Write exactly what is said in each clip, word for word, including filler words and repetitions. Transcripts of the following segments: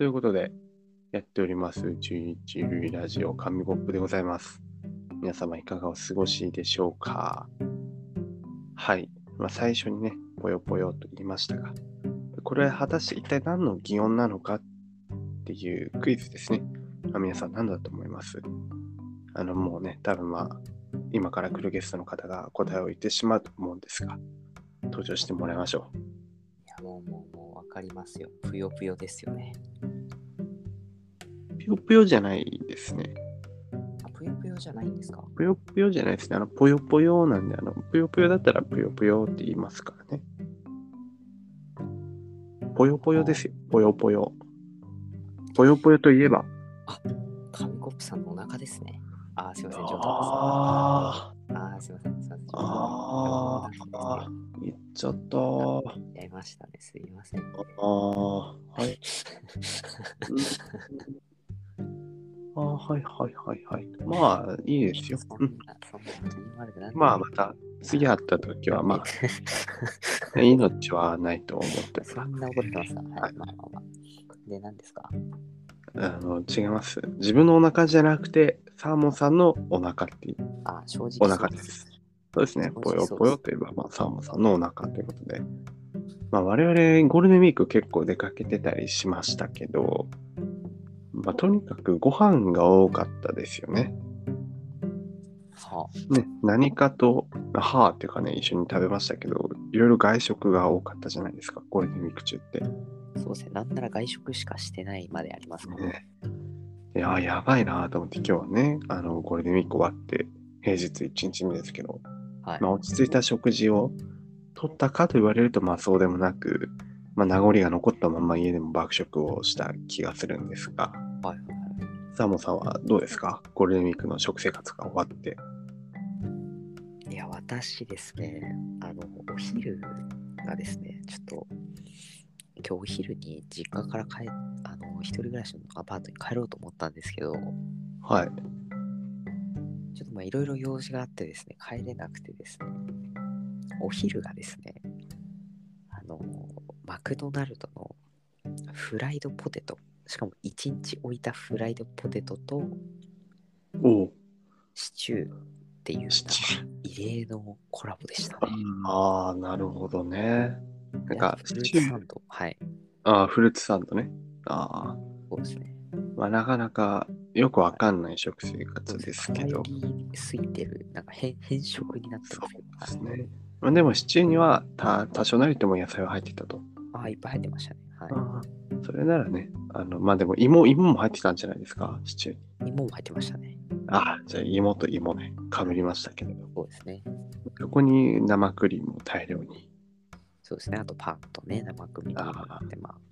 ということで、やっております宇宙一類ラジオ紙コップでございます。皆様いかがお過ごしでしょうか。はい。まあ、最初にね、ぽよぽよと言いましたが、これは果たして一体何の擬音なのかっていうクイズですね。まあ、皆さん何だと思います？あの、もうね、多分まあ、今から来るゲストの方が答えを言ってしまうと思うんですが、登場してもらいましょう。 いや、もうもうもうわかりますよ。ぷよぷよですよね。 ぷよぷよじゃないですね。 あ、ぷよぷよじゃないんですか？ ぷよぷよじゃないですね。あの、ぽよぽよなんで、あの、ぷよぷよだったらぷよぷよって言いますからね。ぽよぽよですよ。ぽよぽよ。ぽよぽよといえば。 あ、紙コップさんのお腹ですね。あ、すいません、冗談です。 ああー、すいません、すいません、 あ、 冗談。冗あ談ですあ、 よ。 言っちゃったー。 やりましたね、すいません。 ああ、はい。ああ、はいはいはいはい。まあ、いいですよ。 そうん。 んな、そんな気に悪くなんまあ、 ない。 また、次会った時は、まあ、 あ命はないと思ってそた。 んな怒ってますか？はい、 はい。 まあまあまあ。で、何ですか？ あの、違います。自分のお腹じゃなくて、サーモンさんのお腹っていう、 あ、正お直そうです。 腹です。そうですね。 正ぽよ直そうです。 ぽよといえば、まあ、サーモンさんのお腹ということで。まあ、我々、ゴールデンウィーク結構出かけてたりしましたけど、まあ、とにかくご飯が多かったですよね。 はね、何かと、はあっていうかね、一緒に食べましたけど、いろいろ外食が多かったじゃないですか、ゴールデンウィーク中って。 あ、そうですね。なんなら外食しかしてないまでありますもんね。 ね、いや、やばいなと思って今日はね、あの、ゴールデンウィーク終わって、平日いちにちめですけど、 はい。 まあ、落ち着いた食事を取ったかと言われると、まあそうでもなく、まあ名残が残ったまま家でも爆食をした気がするんですが、 はいはいはい。 サーモンさんはどうですか？ゴールデンウィークの食生活が終わって。 いや、私ですね、あの、お昼がですね、ちょっと、今日お昼に実家から帰っ、あの、一人暮らしのアパートに帰ろうと思ったんですけど、 はい。 ちょっとまあいろいろ用事があってですね、帰れなくてですね、お昼がですね、あの、マクドナルドのフライドポテト、しかも一日置いたフライドポテトとおう。 シチューっていう、なんか異例のコラボでしたね。 ああ、なるほどね。なんで、あとか、 フルーシチュー、 ツサンド。はい。 ああ、フルーツサンドね。ああ、 そうですね。 まあなかなかよくわはい。 かんない食生そうですね。 活ですけ偏ど、 りすぎてる、なんか変変色になってそうますけど。はい。 ですね。まあでもシチューにはた多少なりとも野菜は入ってたと。 ああ、いっぱい入ってましたね。はい。 ああ、それならね、あの、まあでも芋、芋も入ってたんじゃないですか、シチューに。 芋も入ってましたね。 ああ、じゃあ芋と芋ね、かぶりましたけれど。 そうですね。 そこに生クリームを大量に。 そうですね。あとパンとね、生クリームがあって、ま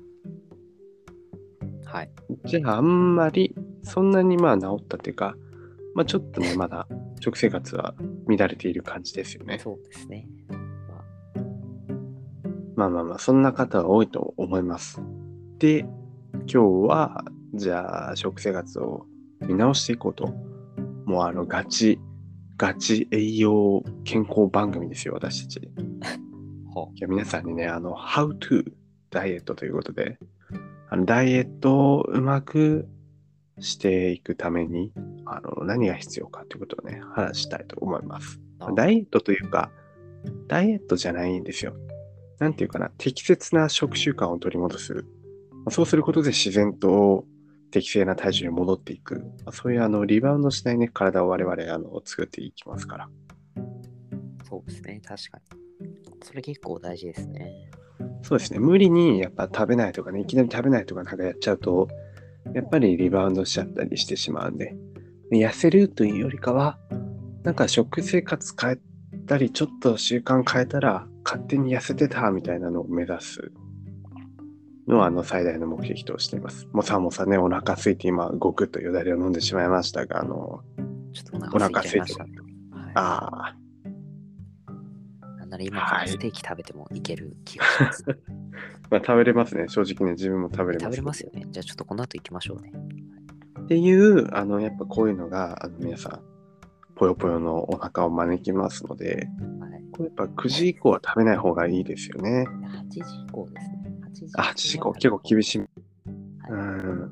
あ。はい。 じゃああんまり、そんなにまあ治ったっていうか、まあちょっとね、まだ食生活は乱れている感じですよね。 そうですね。まあ、 まあまあまあ、そんな方は多いと思います。で、今日は、じゃあ食生活を見直していこうと。もうあの、ガチ、ガチ栄養健康番組ですよ、私たち。 ほ今日皆さんにね、あの、How to ダイエットということで、あのダイエットをうまくしていくために、あの、何が必要かということをね、話したいと思います。 う。 ダイエットというか、ダイエットじゃないんですよ。なんていうかな、適切な食習慣を取り戻す。そうすることで自然と適正な体重に戻っていく。そういうあのリバウンドしないね、体を我々あの作っていきますから。 そうですね。確かに。それ結構大事ですね。 そうですね。無理にやっぱ食べないとかね、いきなり食べないとかなんかやっちゃうと、やっぱりリバウンドしちゃったりしてしまうんで、痩せるというよりかは、なんか食生活変えたり、ちょっと習慣変えたら、勝手に痩せてたみたいなのを目指すのは、あの、最大の目的としています。もうさもさね、お腹空いて今、ごくっとよだれを飲んでしまいましたが、あの、 ちょっとおお腹空い腹空いてる。 ちゃいましたね。はい。 あなんなら今あ、はい。 からステーキ食べてもいける気がします。 まあ、食べれますね。正直ね、自分も食べれ食べれますけど。 ますよね。じゃあちょっとこの後行きましょうね。 っていう、あの、やっぱこういうのが、あの、皆さん、ぽよぽよのお腹を招きますので、 はい。 これやっぱくじ以降は食べない方がいいですよね。 はちじ以降ですね。はちじあ、はちじ以降、 以降は食べ結ない方がいい。 構厳しい。 うん。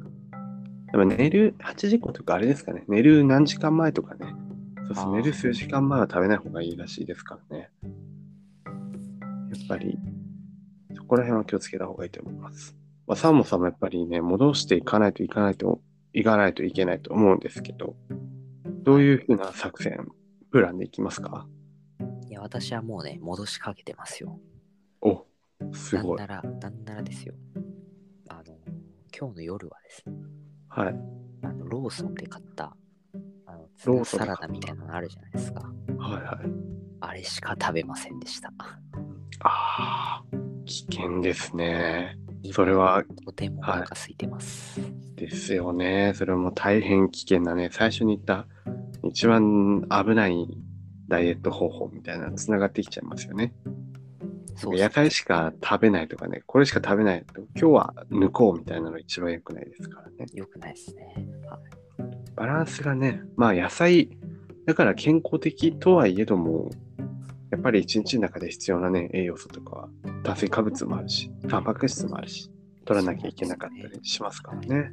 でも寝るはちじごとかあれですかね。寝る何時間前とかね。そうです。 あー寝る数時間前は食べない方がいいらしいですからね。やっぱり、そこら辺は気をつけた方がいいと思います。まあ、サーモンさんもやっぱりね、戻していかないといかないと、いかないといけないと思うんですけど、どういうふうな作戦、プランでいきますか？ いや、私はもうね、戻しかけてますよ。 お、すごい。 なんなら、なんならですよ。あの、今日の夜はですね、 はい。 あのローソンで買った、あの、ツナローソンでサラダみたいなのあるじゃないですか。 はいはい。 あれしか食べませんでした。 ああ、危険ですね。それ今、 は、 とてもおはい。 腹空いてます。 ですよね。それも大変危険なね。最初に言った一番危ないダイエット方法みたいなのつながってきちゃいますよね。 そうですね。 野菜しか食べないとかね、これしか食べないと、今日は抜こうみたいなの一番良くないですからね。 よくないですね。はい、 バランスがね、まあ野菜、だから健康的とはいえども、やっぱり一日の中で必要なね、栄養素とかは、炭水化物もあるし、タンパク質もあるし、取らなきゃいけなかったりしますからね。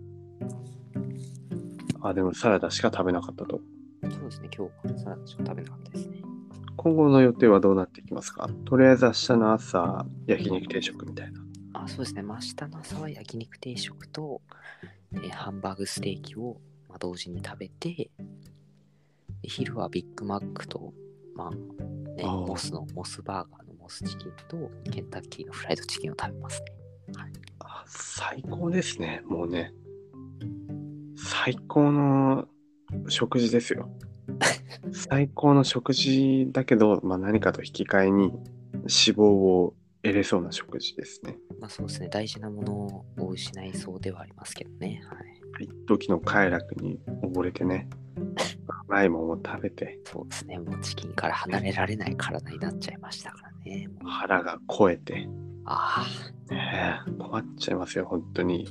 あ、でもサラダしか食べなかったと。 そうですね。今日はサラダしか食べなかったですね。 今後の予定はどうなっていきますか？とりあえず明日の朝、焼肉定食みたいな。 あ、そうですね。明日の朝は焼肉定食と、えーハンバーグステーキを、まあ、同時に食べて、昼はビッグマックと、まあね、 あーモスのモスバーガーのモスチキンとケンタッキーのフライドチキンを食べますね。はい、 あ、最高ですね。もうね、最高の食事ですよ。最高の食事だけど、まあ、何かと引き換えに脂肪を得れそうな食事ですね。 まあそうですね。大事なものを失いそうではありますけどね。はい。 一時の快楽に溺れてね、甘いものを食べて、 そうですね。もうチキンから離れられない体になっちゃいましたからね。もう腹が肥えて、 あねえ、困っちゃいますよ、本当に。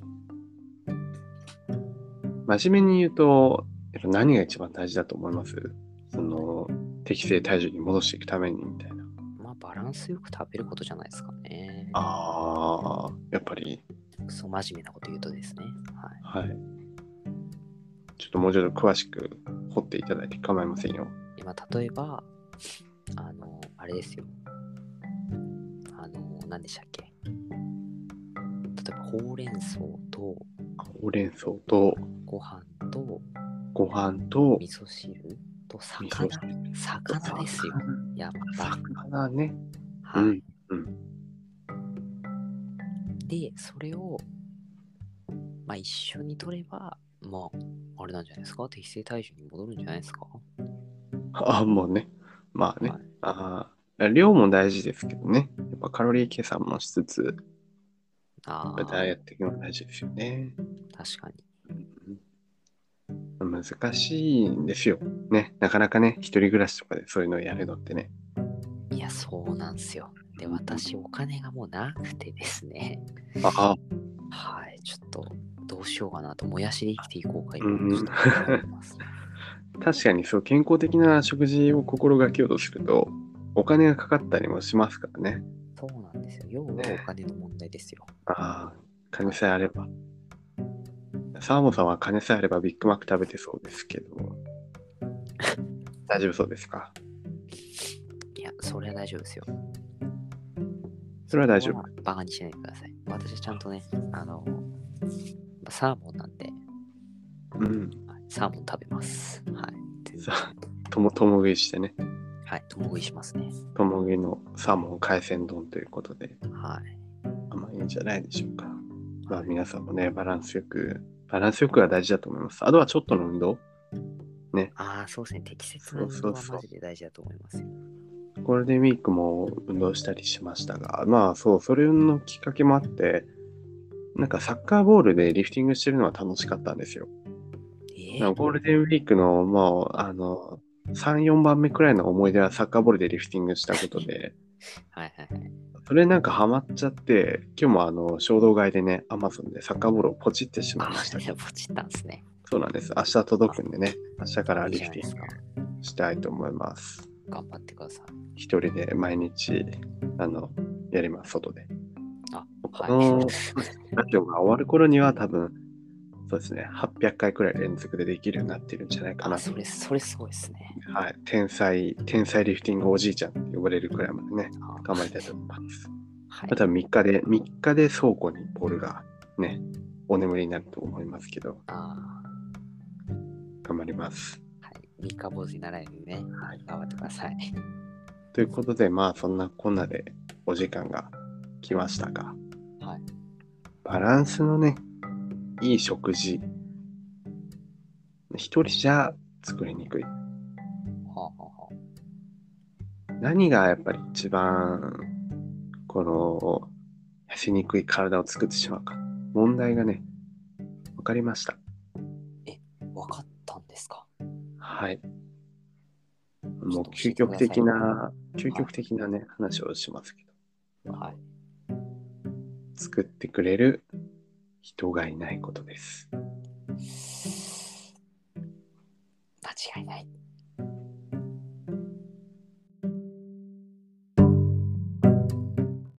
真面目に言うと、やっぱ何が一番大事だと思います？その、適正体重に戻していくためにみたいな。 あ、まあバランスよく食べることじゃないですかね。 ああ、やっぱり、 そう真面目なこと言うとですね。はい。 はい。ちょっともうちょっと詳しく掘っていただいて構いませんよ。 今例えば、あの、あれですよ。あの、何でしたっけ。例えばほうれん草とほうれん草とご飯とご飯と味噌汁と味魚噌汁。 魚ですよ。やっぱり。 魚ね。うはい。 ん。うん。 で、それを、まあ一緒に取れば、まあ、あれなんじゃないですか。適正体重に戻るんじゃないですか。 ああ、もうね。まあね。 はい。 ああ、量も大事ですけどね。やっぱカロリー計算もしつつ、 あダイエット的にも大事ですよね。 あ、確かに。 難しいんですよ。ね。なかなかね、一人暮らしとかでそういうのをやるのってね。 いや、そうなんですよ。で、私、お金がもうなくてですね。 ああ、 はい。ちょっと、どうしようかなと、もやしで生きていこうか、今、 うんちょっと考えてます。 確かにそう、健康的な食事を心がけようとすると、お金がかかったりもしますからね。 そうなんですよ。要はお金の問題ですよ。 ああ、金さえあれば。サーモンさんは金さえあればビッグマック食べてそうですけど、大丈夫そうですか？ いや、それは大丈夫ですよ。 それは大丈夫。 そこはバカにしないでください。私はちゃんとね、あの、サーモンなんで、 うん。 サーモン食べます。はい。 さあ、とも、とも食いしてね。 はい、共食いしますね。 とも食いのサーモン海鮮丼ということで、 はい。 まあいいんじゃないでしょうか。まあ皆さんもね、バランスよく、バランスよくが大事だと思います。あとはちょっとの運動。ね。 ああ、そうですね。適切な運動はマジで大事だと思いますよ。 ゴールデンウィークも運動したりしましたが、まあそう、それのきっかけもあって、なんかサッカーボールでリフティングしてるのは楽しかったんですよ。 えー、 なんかゴールデンウィークのもう、あの、さん、よんばんめくらいの思い出はサッカーボールでリフティングしたことで、 はいはいはい。 それなんかハマっちゃって、今日もあの衝動買いでね、アマゾンでサッカーボールをポチってしまいましたあ、じゃあポチったんですね。 そうなんです。明日届くんでね、明日からいいリフティンじゃないですか。 グしたいと思います。 頑張ってください。 一人で毎日、あの、やります、外で。 あ、 はい。 のラジオが終わる頃には多分、そうですね、はっぴゃっかいくらい連続でできるようになってるんじゃないかあ、 なと。 それ、それすごいですね。 はい。天才、天才リフティングおじいちゃんって呼ばれるくらいまでね、 あ頑張りたいと思います。 はい。 またみっかで、みっかで倉庫にボールがね、お眠りになると思いますけど、 あ頑張ります。 はい。三日坊主にならないようにね、頑張ってください。 ということで、まあそんなこんなでお時間が来ましたが、 はい。 バランスのね、いい食事、一人じゃ作りにくい。 はあ、はあは何がやっぱり一番、この、痩せにくい体を作ってしまうか。問題がね、わかりました。 あ、わかったんですか。 はい。もうちょっと教究えてください極的な、究極的なね、話をしますけど、 はい。 作ってくれる人がいないことです。 間違いない。